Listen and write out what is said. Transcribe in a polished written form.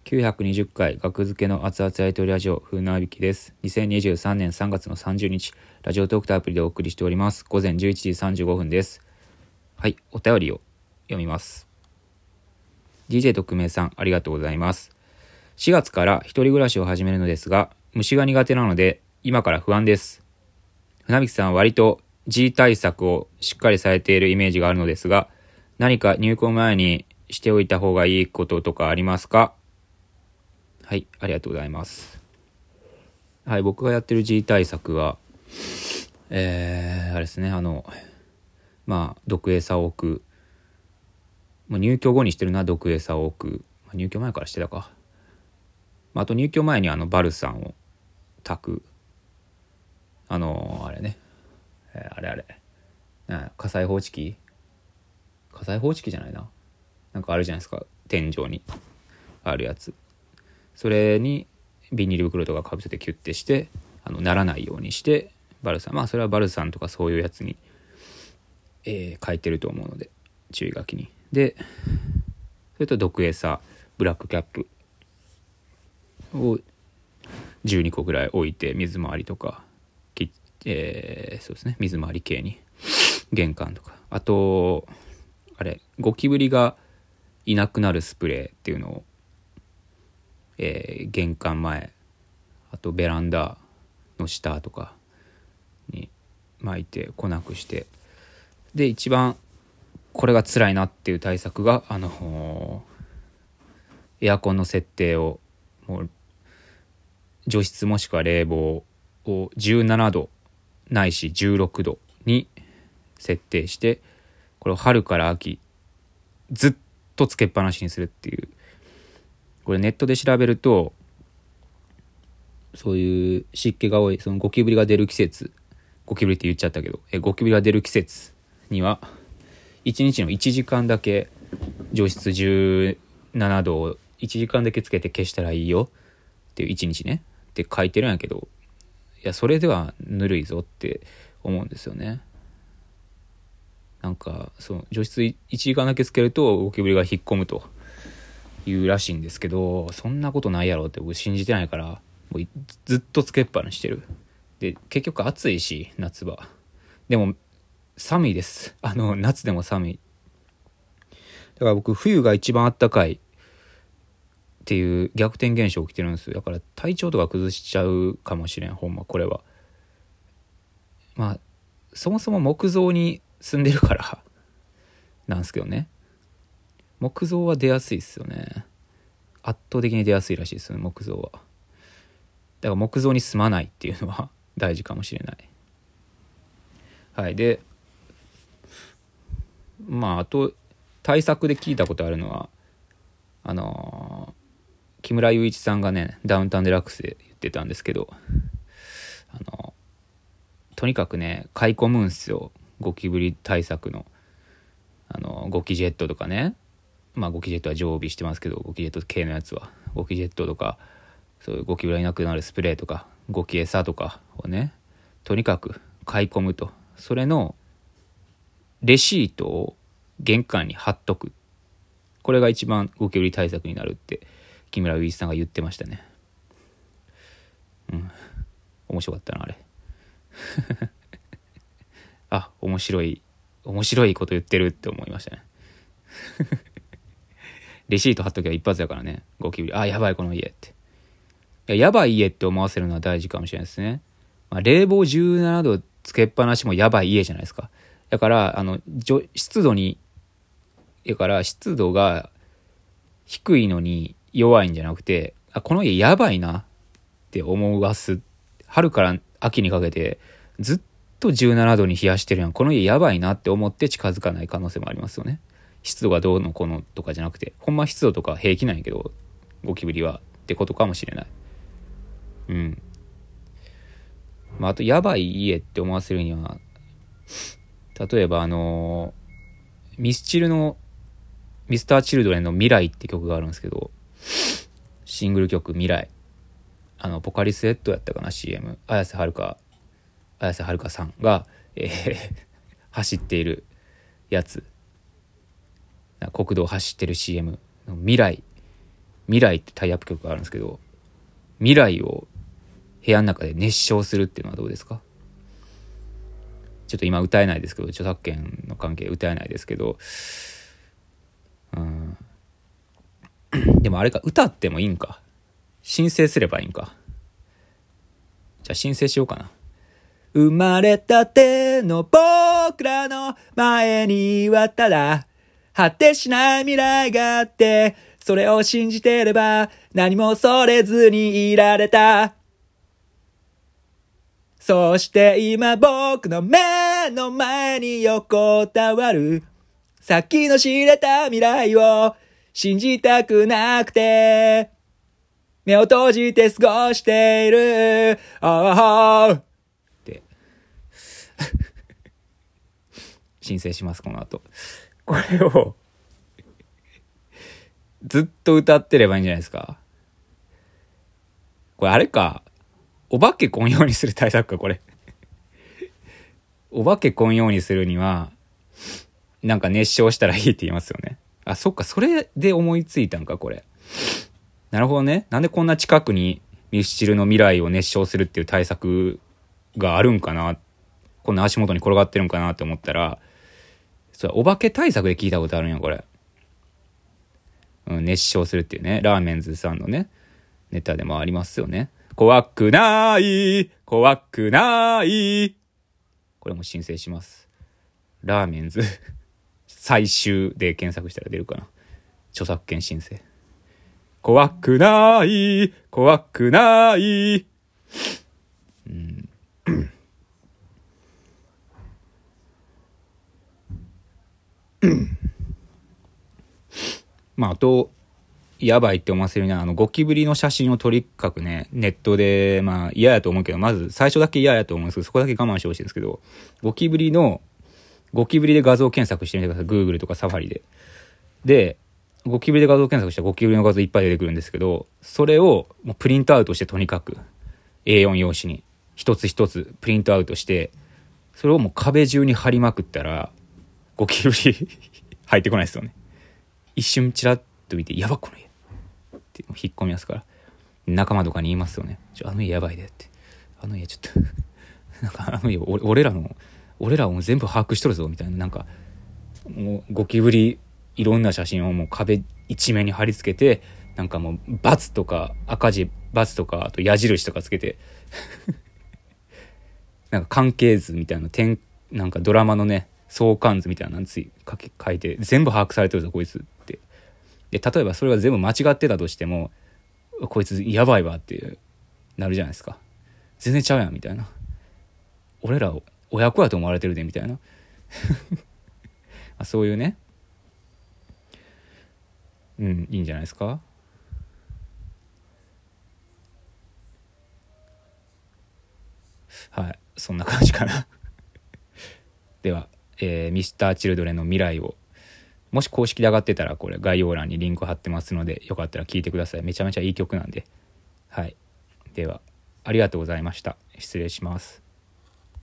920回学付けの熱々やりとりラジオ風なびきです。2023年3月の30日ラジオトークとアプリでお送りしております。午前11時35分です。はい、お便りを読みます。 DJ 特命さん、ありがとうございます。4月から一人暮らしを始めるのですが、虫が苦手なので今から不安です。船引さんは割と G 対策をしっかりされているイメージがあるのですが、何か入校前にしておいた方がいいこととかありますか？はい、ありがとうございます。はい、僕がやってる G 対策はあれですね、毒餌を置く、入居後にしてるのは毒餌を置く、入居前からしてたか、あと入居前にバルサンを炊く、あれね、火災報知器じゃないな、なんかあるじゃないですか、天井にあるやつ、それにビニール袋とかかぶせてキュッてしてならないようにしてバルサン、それはバルサンとかそういうやつに、書いてると思うので注意書きに。でそれと毒餌ブラックキャップを12個ぐらい置いて、水回りとかそうですね、水回り系に玄関とか、あとゴキブリがいなくなるスプレーっていうのを玄関前、あとベランダの下とかに巻いて粉くして、で一番これが辛いなっていう対策がエアコンの設定をもう除湿もしくは冷房を17度ないし16度に設定して、これを春から秋ずっとつけっぱなしにするっていう。これネットで調べると、そういう湿気が多い、そのゴキブリが出る季節、ゴキブリって言っちゃったけど、ゴキブリが出る季節には1日の1時間だけ除湿17度を1時間だけつけて消したらいいよっていう、1日ねって書いてるんやけど、いやそれではぬるいぞって思うんですよね。なんかその除湿1時間だけつけるとゴキブリが引っ込むというらしいんですけど、そんなことないやろって僕信じてないから、もうずっとつけっぱにしてる。で結局暑いし夏場でも寒いです。夏でも寒い。だから僕冬が一番暖かいっていう逆転現象起きてるんですよ。だから体調とか崩しちゃうかもしれん、ほんまこれは。そもそも木造に住んでるからなんですけどね、木造は出やすいですよね。圧倒的に出やすいらしいですよね、木造は。だから木造に住まないっていうのは大事かもしれない。はい。であと対策で聞いたことあるのは木村雄一さんがねダウンタウンデラックスで言ってたんですけど、とにかくね買い込むんすよ、ゴキブリ対策のゴキジェットとかね、ゴキジェットは常備してますけど、ゴキジェット系のやつはゴキジェットとか、そういうゴキブリがいなくなるスプレーとかゴキ餌とかをねとにかく買い込むと、それのレシートを玄関に貼っとく、これが一番ゴキブリ対策になるって木村雄一さんが言ってましたね。面白かったなあれ面白いこと言ってるって思いましたねレシート貼っとけば一発やからね、ゴキブリやばいこの家って、やばい家って思わせるのは大事かもしれないですね。冷房17度つけっぱなしもやばい家じゃないですか。だから湿度が低いのに弱いんじゃなくて、この家やばいなって思わす。春から秋にかけてずっと17度に冷やしてるやん、この家やばいなって思って近づかない可能性もありますよね。湿度がどうのこのとかじゃなくて、ほんま湿度とか平気なんやけどゴキブリはってことかもしれない。あとやばい家って思わせるには、例えばミスターチルドレンの未来って曲があるんですけど、シングル曲未来、ポカリスエットやったかな CM、 綾瀬はるかさんが、走っているやつ、国道を走ってる CM の未未来ってタイアップ曲があるんですけど、未来を部屋の中で熱唱するっていうのはどうですか？ちょっと今歌えないですけど、著作権の関係歌えないですけど、でもあれか、歌ってもいいんか、申請すればいいんか。じゃあ申請しようかな。生まれたての僕らの前にはただ果てしない未来があって、それを信じてれば何も恐れずにいられた。そして今僕の目の前に横たわる先の知れた未来を信じたくなくて目を閉じて過ごしている。って申請します。この後これをずっと歌ってればいいんじゃないですか。これあれか、お化けこんようにする対策かこれお化けこんようにするにはなんか熱唱したらいいって言いますよね。あ、そっか、それで思いついたんかこれ。なるほどね。なんでこんな近くにミスチルの未来を熱唱するっていう対策があるんかな、こんな足元に転がってるんかなって思ったら、それお化け対策で聞いたことあるんやこれ。熱唱するっていうね、ラーメンズさんのねネタでもありますよね。怖くない怖くない、これも申請します。ラーメンズ最終で検索したら出るかな。著作権申請。怖くない怖くない、まああとやばいって思わせるにはゴキブリの写真をとにかくねネットでまあ嫌やと思うけど、まず最初だけ嫌やと思うんですけど、そこだけ我慢してほしいんですけど、ゴキブリで画像検索してみてください。 Google とかサファリでゴキブリで画像検索したらゴキブリの画像いっぱい出てくるんですけど、それをもうプリントアウトして、とにかく A4 用紙に一つ一つプリントアウトして、それをもう壁中に貼りまくったらゴキブリ入ってこないですよね。一瞬チラッと見て、やばこの家って引っ込みますから、仲間とかに言いますよね。あの家やばいでって、あの家ちょっとなんかあの家俺らを全部把握しとるぞみたいな、なんかもうゴキブリいろんな写真をもう壁一面に貼り付けて、なんかもうバツとか赤字バツとかあと矢印とかつけてなんか関係図みたいななんかドラマのね相関図みたいなの書いて、全部把握されてるぞこいつって。で例えばそれが全部間違ってたとしても、こいつやばいわってなるじゃないですか。全然ちゃうやんみたいな、俺ら親子やと思われてるでみたいなそういうね、いいんじゃないですか。はい、そんな感じかなでは、ミスターチルドレンの未来を、もし公式で上がってたらこれ概要欄にリンク貼ってますので、よかったら聴いてください。めちゃめちゃいい曲なんで。はい、ではありがとうございました。失礼します。